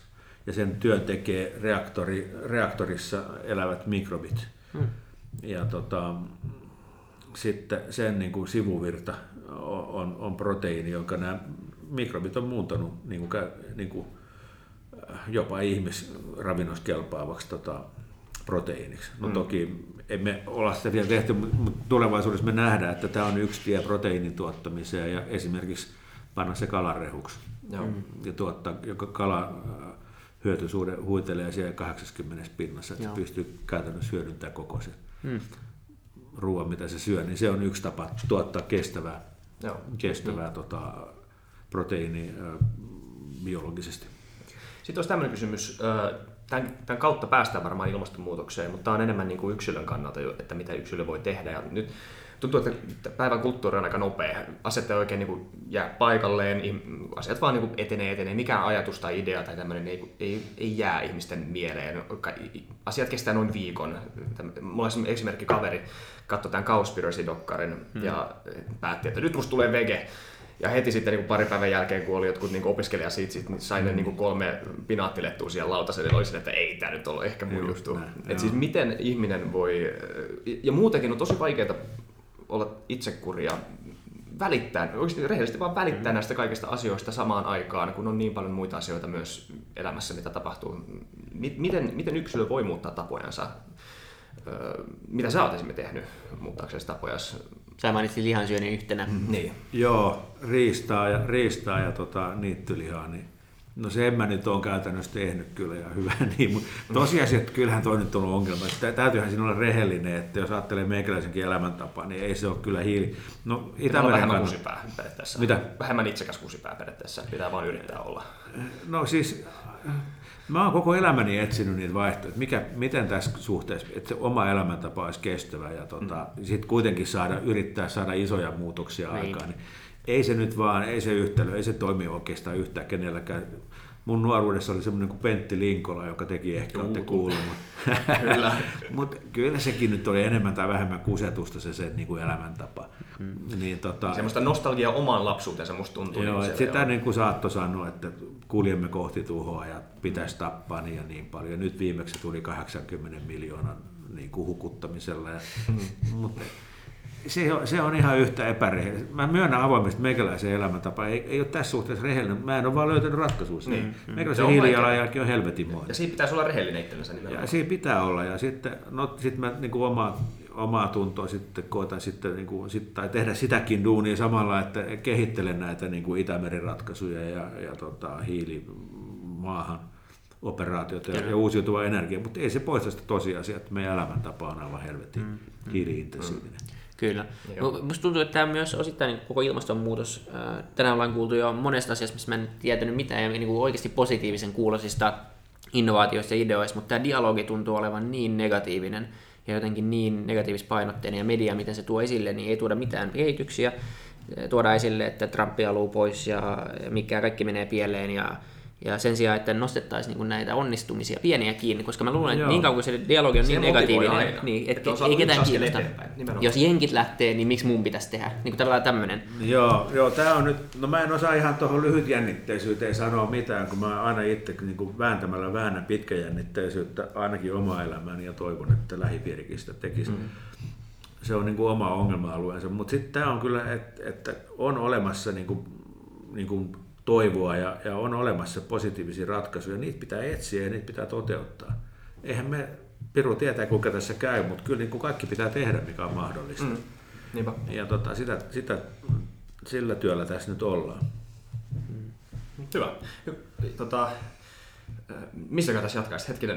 ja sen työn tekee reaktori, reaktorissa elävät mikrobit. Hmm. Ja tota, sitten sen niin kuin sivuvirta on, on proteiini, jonka nämä mikrobit on muuntanut niin kuin, niin kuin jopa ihmisravinnoskelpaavaksi tota, proteiiniksi. No hmm. toki emme olla sitä vielä tehty, mutta tulevaisuudessa me nähdään, että tämä on yksi tie proteiinin tuottamiseen ja esimerkiksi panna se kalarehuksi. Hmm. Ja tuottaa, joka kala hyötysuhde huitelee siellä kahdeksankymmentä pinnassa, että Joo. se pystyy käytännössä hyödyntämään koko sen hmm. ruoan, mitä se syö, niin se on yksi tapa tuottaa kestävää, Joo. kestävää hmm. tota, proteiinia biologisesti. Sitten olisi tämmöinen kysymys. Tämän, tämän kautta päästään varmaan ilmastonmuutokseen, mutta tämä on enemmän niin kuin yksilön kannalta, että mitä yksilö voi tehdä. Ja nyt tuntuu, että päivän kulttuuri on aika nopea. Asiat ei oikein niin kuin jää paikalleen, asiat vaan niin kuin etenee, etenee. Mikään ajatus tai idea tai tämmöinen ei, ei, ei jää ihmisten mieleen. Asiat kestää noin viikon. Mulla on esimerkki kaveri, katsoi tämän Cowspiracy-dokkarin hmm. ja päätti, että nyt musta tulee vege. Ja heti sitten niin pari päivän jälkeen, kun oli jotkut niin opiskelijasiitsit, niin sai ne niin kolme pinaattilettua siellä lautaselle, niin oli sen, että ei tämä nyt ole ehkä mun juttu. Että siis miten ihminen voi, ja muutenkin on tosi vaikeaa olla itsekuria, välittää, oikeasti rehellisesti vaan välittää mm. näistä kaikista asioista samaan aikaan, kun on niin paljon muita asioita myös elämässä, mitä tapahtuu. Miten, miten yksilö voi muuttaa tapojansa? Mitä sä oot esimerkiksi tehnyt muuttaaksesi tapojas? Sä mainitsit lihansyönnin yhtenä. Mm, niin. Joo, riistaa ja, riistaa ja tota, niittylihaa. Niin, no se en mä nyt ole käytännössä tehnyt kyllä ja hyvä niin, mutta tosiasiassa kyllähän toi nyt on ongelma. Täytyyhän siinä olla rehellinen, että jos ajattelee meikäläisenkin elämäntapaa, niin ei se ole kyllä hiili. No, Itämeren vähemmän kusipää periaatteessa. Mitä? Vähemmän itsekäs kusipää periaatteessa, pitää vaan yrittää olla. No siis... Mä oon koko elämäni etsinyt niitä vaihtoehtoja, mikä, miten tässä suhteessa, että se oma elämäntapa olisi kestävä ja tota, mm. sitten kuitenkin saada, yrittää saada isoja muutoksia niin. aikaan. Niin ei se nyt vaan, ei se yhtälö, ei se toimi oikeastaan yhtään kenelläkään. Mun nuoruudessa oli semmoinen kuin Pentti Linkola, joka teki ehkä olette kuullut. Kyllä. Mutta kyllä sekin nyt oli enemmän tai vähemmän kusetusta se sen niin kuin elämäntapa. Mm. Niin, tota, semmoista nostalgiaa omaan lapsuutensa musta tuntuu. Joo, niin sitä niin kuin saattoi sanoa, että kuljemme kohti tuhoa ja pitäisi tappaa niin ja niin paljon. Ja nyt viimeksi tuli kahdeksankymmentä miljoonan niin kuin hukuttamisella. Ja, mm. mutta se on, se on ihan yhtä epärehellistä. Mä myönnän avoimesti, että meikäläisen elämäntapa ei, ei ole tässä suhteessa rehellinen. Mä en ole vaan löytänyt ratkaisua. Niin. Meikäläisen hiilijalanjälki on helvetinmoinen. Ja siinä pitäisi olla rehellinen itsellensä nimenomaan. Ja siinä pitää olla. Ja sitten, no, sitten mä niin kuin omaa, omaa tuntoa sitten koetan sitten, niin kuin, sit, tai tehdä sitäkin duunia samalla, että kehittelen näitä niin kuin Itämeren ratkaisuja ja, ja tota, hiilimaahan operaatioita ja, ja uusiutuva energia, mutta ei se poista sitä tosiasiaa, että meidän elämäntapa on aivan helvetin mm. hiili-intensiivinen. Mm. Kyllä. Minusta tuntuu, että tämä myös osittain koko ilmastonmuutos. Tänään ollaan kuultu jo monesta asiasta, missä mä en tietänyt mitään, ja niin kuin oikeasti positiivisen kuulosista innovaatioista ja ideoista, mutta tämä dialogi tuntuu olevan niin negatiivinen ja jotenkin niin negatiivispainotteinen, ja media, miten se tuo esille, niin ei tuoda mitään kehityksiä. Tuoda esille, että Trump haluu pois ja mikä kaikki menee pieleen, ja Ja sen sijaan, että nostettaisiin niin näitä onnistumisia pieniä kiinni, koska mä luulen, että Joo. niin kauan kuin se dialogi on se niin negatiivinen, niin, että et ei ketään kiinnosta. Jos jenkit lähtee, niin miksi mun pitäisi tehdä? Niin kuin tavallaan tämmöinen. Joo, joo, tää on nyt, no mä en osaa ihan tuohon lyhytjännitteisyyteen sanoa mitään, kun mä aina itse niin kuin vääntämällä väännän pitkäjännitteisyyttä ainakin omaa elämääni ja toivon, että lähipiirikin sitä tekisi. Mm. Se on niin kuin oma ongelma-alueensa, mutta sitten tämä on kyllä, että, että on olemassa niin kuin, niin kuin toivoa ja, ja on olemassa positiivisia ratkaisuja, niitä pitää etsiä ja niitä pitää toteuttaa. Eihän me piru tietää, kuinka tässä käy, mutta kyllä niin kuin kaikki pitää tehdä, mikä on mahdollista. Mm. Niinpä. Ja tota, sitä, sitä, sillä työllä tässä nyt ollaan. Mm. Hyvä. Tota, missä tässä jatkaisi? Hetkinen.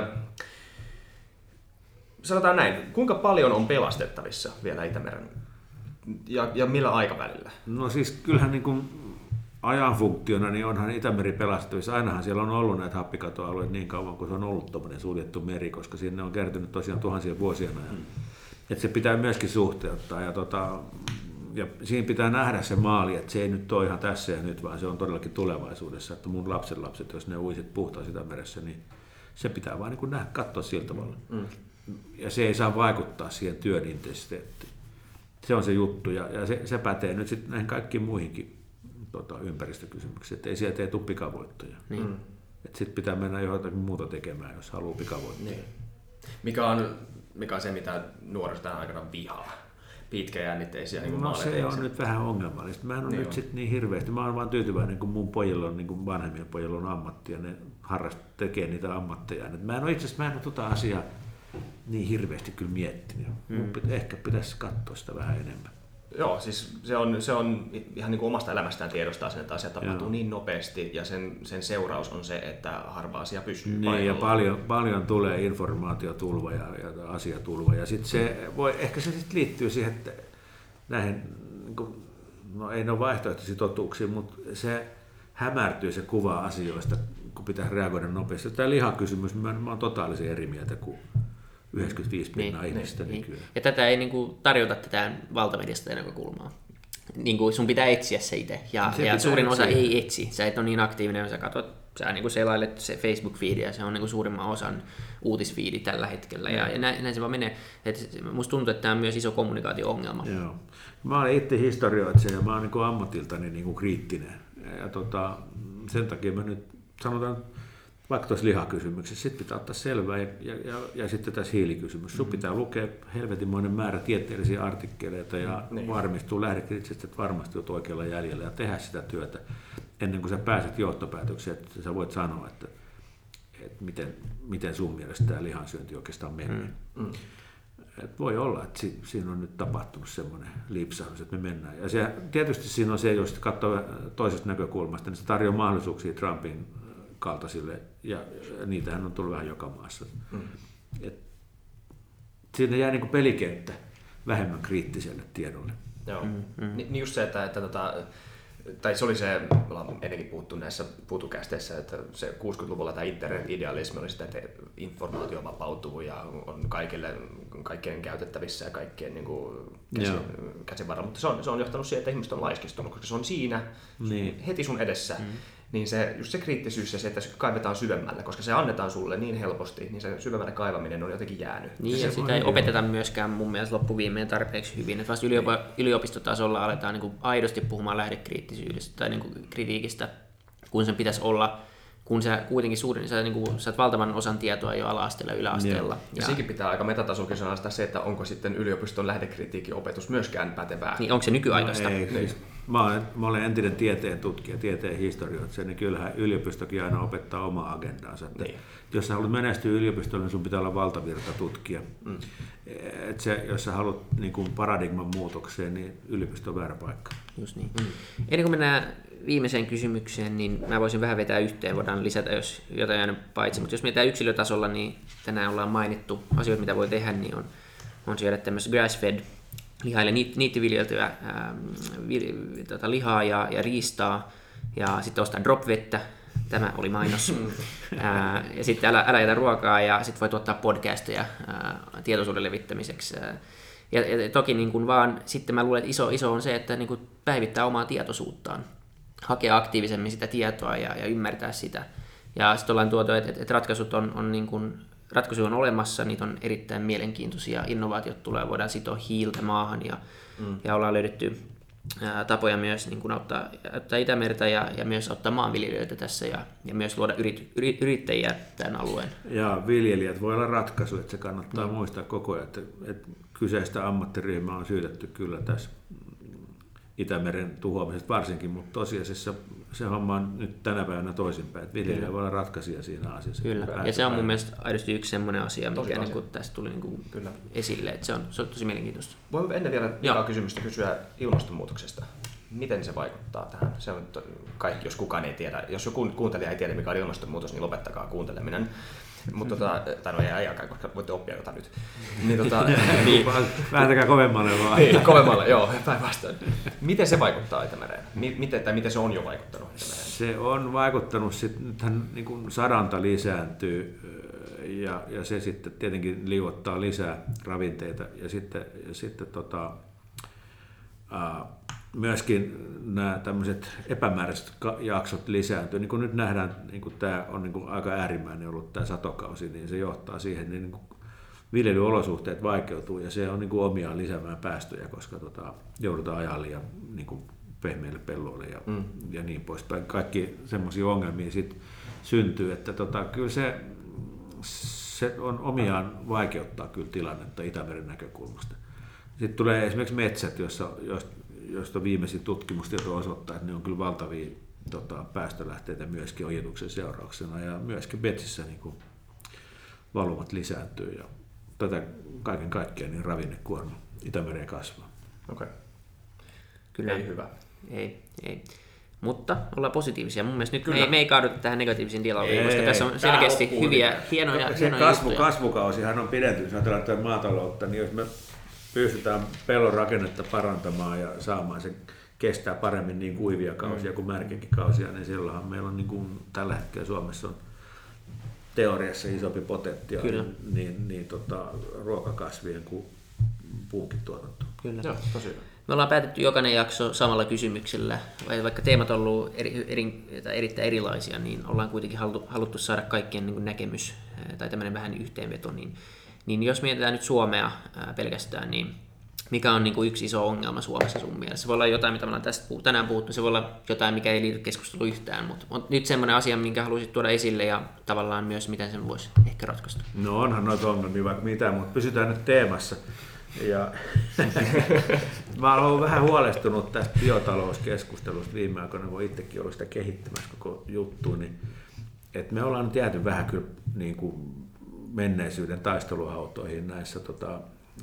Sanotaan näin, kuinka paljon on pelastettavissa vielä Itämeren ja, ja millä aikavälillä? No siis kyllähän niin kuin ajan funktiona, niin onhan Itämeri pelastettavissa. Ainahan siellä on ollut näitä happikatoalueita niin kauan, kun se on ollut tuommoinen suljettu meri, koska sinne on kertynyt tosiaan tuhansia vuosia ajan. Mm. Että se pitää myöskin suhteuttaa. Ja, tota, ja siinä pitää nähdä se maali, että se ei nyt ole ihan tässä ja nyt, vaan se on todellakin tulevaisuudessa. Että mun lapsenlapset, jos ne uisit puhtaassa Itämeressä, niin se pitää vaan niin nähdä, katsoa sillä tavalla. Mm. Ja se ei saa vaikuttaa siihen työn intensiteettiin. Se on se juttu, ja, ja se, se pätee nyt sitten näihin kaikkiin muihinkin tota, ympäristökysymyksiin, että ei sieltä tule pikavoittoja. Niin. Mm. Sitten pitää mennä jotakin muuta tekemään, jos haluaa pikavoittaa. Niin. Mikä on, mikä on se, mitä nuoriso tähän aikana vihaa? Pitkäjännitteisiä niin No se on nyt vähän ongelmallista. Mä en ole niin nyt on. Sit niin hirveästi. Mä oon vaan tyytyväinen, kun mun pojilla on, niin kuin vanhemmilla pojilla on ammatti ja ne harrastaa tekee niitä ammatteja. Mä en ole itse asiassa, mä en ole tota asiaa niin hirveästi kyllä miettinyt. Mm. Mun pitä, ehkä pitäisi katsoa sitä vähän enemmän. Joo, siis se on, se on ihan niin kuin omasta elämästään tiedostaa sen, että asia tapahtuu Joo. niin nopeasti ja sen, sen seuraus on se, että harva asia pysyy niin, paikalla. Ja paljon, paljon tulee informaatiotulva ja, ja asiatulva ja sit se voi, ehkä se sit liittyy siihen, että näihin, no ei ne ole vaihtoehtoisia totuuksia, mutta se hämärtyy se kuva asioista, kun pitää reagoida nopeasti. Tämä lihakysymys, mä, mä oon totaalisen eri mieltä kuin yhdeksänkymmentäviisi pinnaa niin, ihmistä niin, nykyään. Ja tätä ei niin kuin tarjota tätä valtamediasta näkökulmaa. Niin kuin sun pitää etsiä se itse. Ja, se ja suurin osa etsiä. Ei etsi. Sä et ole niin aktiivinen, sä katsot, sä niin kuin selailet se Facebook-feedi ja se on niin kuin suurimman osan uutisfiidi tällä hetkellä. Ja, ja näin, näin se vaan menee. Et musta tuntuu, että tämä on myös iso kommunikaatio-ongelma. Joo. Mä olen itse historioitsija ja mä oon niin kuin ammatiltani niin kuin kriittinen. Ja tota, sen takia mä nyt sanotaan, vaikka tuossa lihakysymyksessä, sitten pitää ottaa selvää ja, ja, ja, ja sitten tässä hiilikysymys. Sun pitää lukea helvetinmoinen määrä tieteellisiä artikkeleita ja niin. varmistua lähdekriittisesti, että varmasti olet oikealla jäljellä ja tehdä sitä työtä ennen kuin sä pääset johtopäätökseen, että sä voit sanoa, että, että miten, miten sun mielestä tämä lihansyönti oikeastaan menee. Mm. Mm. Et voi olla, että si, siinä on nyt tapahtunut semmoinen liipsahdus, että me mennään. Ja se, tietysti siinä on se, jos katsoo toisesta näkökulmasta, niin se tarjoaa mahdollisuuksia Trumpin kaltaisille, ja niitähän on tullut vähän joka maassa. Mm. Et siinä jää niin kuin pelikenttä vähemmän kriittiselle tiedolle. Joo, mm, mm. Niin just se, että, että tota, tai se oli se, me ollaan ennenkin puhuttu näissä putukästeissä, että se kuusikymmentäluvulla tämä internet-idealismi oli sitä, että informaatio vapautuu ja on kaikille, kaikkien käytettävissä ja kaikkien niin kuin käsin, käsin varrella, mutta se on, se on johtanut siihen, että ihmiset on laiskistunut, koska se on siinä niin. heti sun edessä. Mm. Niin se, just se kriittisyys ja se, että kaivetaan syvemmälle, koska se annetaan sulle niin helposti, niin se syvemmälle kaivaminen on jotenkin jäänyt. Niin, ja ja sitä ei opeteta myöskään mun mielestä loppuviimeen tarpeeksi hyvin. Että vasta ylioп- yliopistotasolla aletaan niin kuin aidosti puhumaan lähdekriittisyydestä tai niin kuin kritiikistä, kun sen pitäisi olla, kun sä kuitenkin suurin, sä, niin kuin, saat valtavan osan tietoa jo ala-asteella ja yläasteella. Ja, ja sekin pitää aika metatasokin sanoa se, että onko sitten yliopiston lähdekritiikin opetus myöskään pätevää. Niin onko se nykyaikaista? No, ei, siis, mä, olen, mä olen entinen tieteen tutkija, tieteen historioitsija, niin kyllähän yliopistokin aina opettaa omaa agendaansa. Niin. Jos sä haluat menestyä yliopistolle, niin sun pitää olla valtavirta tutkija. Mm. Et se, jos sä haluat niin kuin paradigman muutokseen, niin yliopisto on väärä paikka. Just niin. Mm. Ennen kuin mennään viimeiseen kysymykseen, niin mä voisin vähän vetää yhteen, voidaan lisätä, jos jotain jäänyt paitsi. Mutta jos mietitään yksilötasolla, niin tänään ollaan mainittu asioita, mitä voi tehdä, niin on, on syödä tämmöistä grass-fed lihaille niittyviljeltyä ähm, vi, tota, lihaa ja, ja riistaa, ja sitten ostaa drop-vettä. Tämä oli mainos. Ää, ja sitten älä, älä jätä ruokaa, ja sitten voi tuottaa podcasteja ää, tietoisuuden levittämiseksi. Ää, ja, ja toki niin kun vaan, sitten mä luulen, että iso, iso on se, että niin kun päivittää omaa tietoisuuttaan. Hakea aktiivisemmin sitä tietoa ja, ja ymmärtää sitä. Ja sitten ollaan tuotu, että, että ratkaisut on, on, niin kun, ratkaisu on olemassa, niitä on erittäin mielenkiintoisia, innovaatiot tulee, voidaan sitoa hiiltä maahan, ja, mm. ja ollaan löydetty ää, tapoja myös niin kun auttaa, auttaa Itämerta ja, ja myös auttaa maanviljelijöitä tässä ja, ja myös luoda yrit, yrit, yrittäjiä tämän alueen. Ja viljelijät voi olla ratkaisu, että se kannattaa mm. muistaa koko ajan, että, että kyseistä ammattiryhmää on syytetty kyllä tässä Itämeren tuhoamisesta varsinkin, mutta tosiasiassa se homma on nyt tänä päivänä toisinpäin, että viljelijä voi olla ratkaisija siinä asiassa. Kyllä, ja se on mun mielestä aidosti yksi semmoinen asia, mikä niin kuin tästä tuli niin kuin kyllä esille, että se on, se on tosi mielenkiintoista. Voimme ennen vielä jakaa kysymystä kysyä ilmastonmuutoksesta. Miten se vaikuttaa tähän? Se on kaikki, jos kukaan ei tiedä. Jos joku kuuntelija ei tiedä, mikä on ilmastonmuutos, niin lopettakaa kuunteleminen. Mutta tota, tai no ei ajakaan, koska voitte oppia jotain nyt. Niin, tota, niin. Vääntäkää kovemmalle vaan. Niin, kovemmalle, joo, päinvastoin. Miten se vaikuttaa Itämereen? Miten, tai miten se on jo vaikuttanut Itämereen? Se on vaikuttanut, sit, nythän niin kuin sadanta lisääntyy ja, ja se sitten tietenkin liuottaa lisää ravinteita ja sitten, ja sitten tota, ää, myöskin nämä tämmöiset epämääräiset jaksot lisääntyy. Niin kuin nyt nähdään, niin kuin tämä on niin kuin aika äärimmäinen ollut tämä satokausi, niin se johtaa siihen, niin, niin kuin viljelyolosuhteet vaikeutuu ja se on niin kuin omiaan lisäämään päästöjä, koska tota, joudutaan ajaa liian niin kuin pehmeille pelloille ja, mm. ja niin poispäin. Kaikki semmoisia ongelmia sit syntyy. Että tota, kyllä se, se on omiaan vaikeuttaa kyllä tilannetta Itämeren näkökulmasta. Sitten tulee esimerkiksi metsät, joissa, joista viimeisin tutkimustieto osoittaa, että ne on kyllä valtavia tota, päästölähteitä myöskin ojituksen seurauksena ja myöskin metsissä niin kuin valumat lisääntyy ja tätä kaiken kaikkiaan niin ravinnekuorma Itämereen kasvaa. Okei. Kyllä. Ei hyvä. Ei, ei. Mutta ollaan positiivisia. Mun mielestä nyt me ei, me ei kaaduta tähän negatiivisiin dialogiin, koska tässä on selkeästi on hyviä, hienoja, se hienoja kasvu, juttuja. Kasvukausihan on pidentynyt, jos ajatellaan tätä maataloutta, niin jos me pystytään pellon rakennetta parantamaan ja saamaan se kestää paremmin niin kuivia kausia kuin märkiäkin kausia, niin silloinhan meillä on niin kuin tällä hetkellä Suomessa on teoriassa isompi potentiaali niin, niin, niin tota, ruokakasvien kuin puunkin tuotanto. Kyllä. Joo, tosi hyvä. Me ollaan päätetty jokainen jakso samalla kysymyksellä, vaikka teemat on ollut eri, eri, erittäin erilaisia, niin ollaan kuitenkin haluttu, haluttu saada kaikkien niin kuin näkemys tai tämmöinen vähän yhteenveto. Niin, niin jos mietitään nyt Suomea ää, pelkästään, niin mikä on niin kuin yksi iso ongelma Suomessa sun mielestä? Se voi olla jotain, mitä me ollaan tästä tänään puhuttu, se voi olla jotain, mikä ei liity keskusteluun yhtään, mutta on nyt semmoinen asia, minkä haluaisit tuoda esille ja tavallaan myös, miten sen voisi ehkä ratkaista. No onhan noita ongelmia vaikka mitä, mutta pysytään nyt teemassa. Ja mä olen ollut vähän huolestunut tästä biotalouskeskustelusta viime aikoina, kun itsekin ollut sitä kehittämässä koko juttu, niin että me ollaan nyt jääty vähän kyllä niin kuin menneisyyden taisteluhautoihin näissä tota,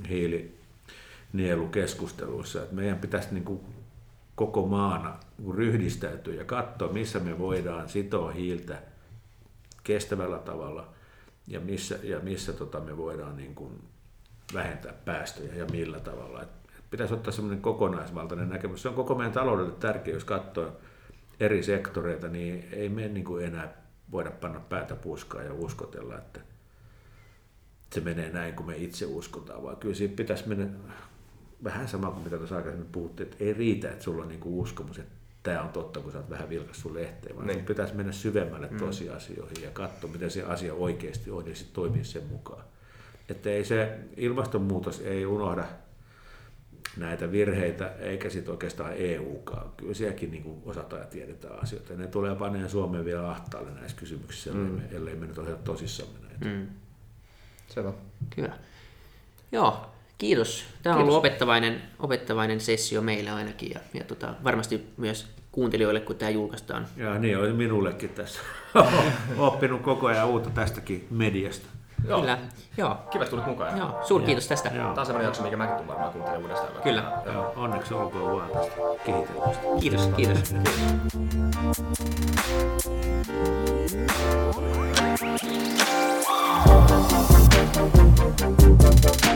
hiilinielukeskusteluissa. Että meidän pitäisi niin kuin koko maana ryhdistäytyä ja katsoa, missä me voidaan sitoa hiiltä kestävällä tavalla ja missä, ja missä tota, me voidaan niin kuin vähentää päästöjä ja millä tavalla. Et pitäisi ottaa semmoinen kokonaisvaltainen näkemys. Se on koko meidän taloudelle tärkeä, jos katsoo eri sektoreita, niin ei me niin kuin enää voida panna päätä puskaan ja uskotella, että se menee näin kuin me itse uskotaan, vaan kyllä siinä pitäisi mennä vähän sama kuin mitä tuossa aikaisemmin puhuttiin, että ei riitä, että sulla on niin kuin uskomus, että tämä on totta, kun sä oot vähän vilkas sun lehteen, vaan niin. Pitäisi mennä syvemmälle mm. tosiasioihin ja katsoa, miten se asia oikeasti on ja sitten toimia sen mukaan. Että ei se ilmastonmuutos ei unohda näitä virheitä, eikä sitten oikeastaan E U:kaan. Kyllä sielläkin niin osataan ja tiedetään asioita. Ja ne tulee paneen Suomeen vielä ahtaalle näissä kysymyksissä, mm. ellei me nyt ole tosissaan mennä. Mm. Selvä. Kyllä. Joo, kiitos. Tämä on kiitos. ollut opettavainen, opettavainen sessio meille ainakin ja, ja tota, varmasti myös kuuntelijoille, kun tämä julkaistaan. Ja niin on minullekin tässä. Oppinut koko ajan uutta tästäkin mediasta. Joo. Kyllä. Joo. Kiva, että tulit mukaan. Joo. Suuri kiitos tästä. Joo. Tämä on sellainen jakso, mikä mäkin tulen varmaan kuuntelemaan uudestaan. Kyllä. Joo. Onneksi olkoon vaan tästä kehitelmästä. Kiitos, kiitos. kiitos.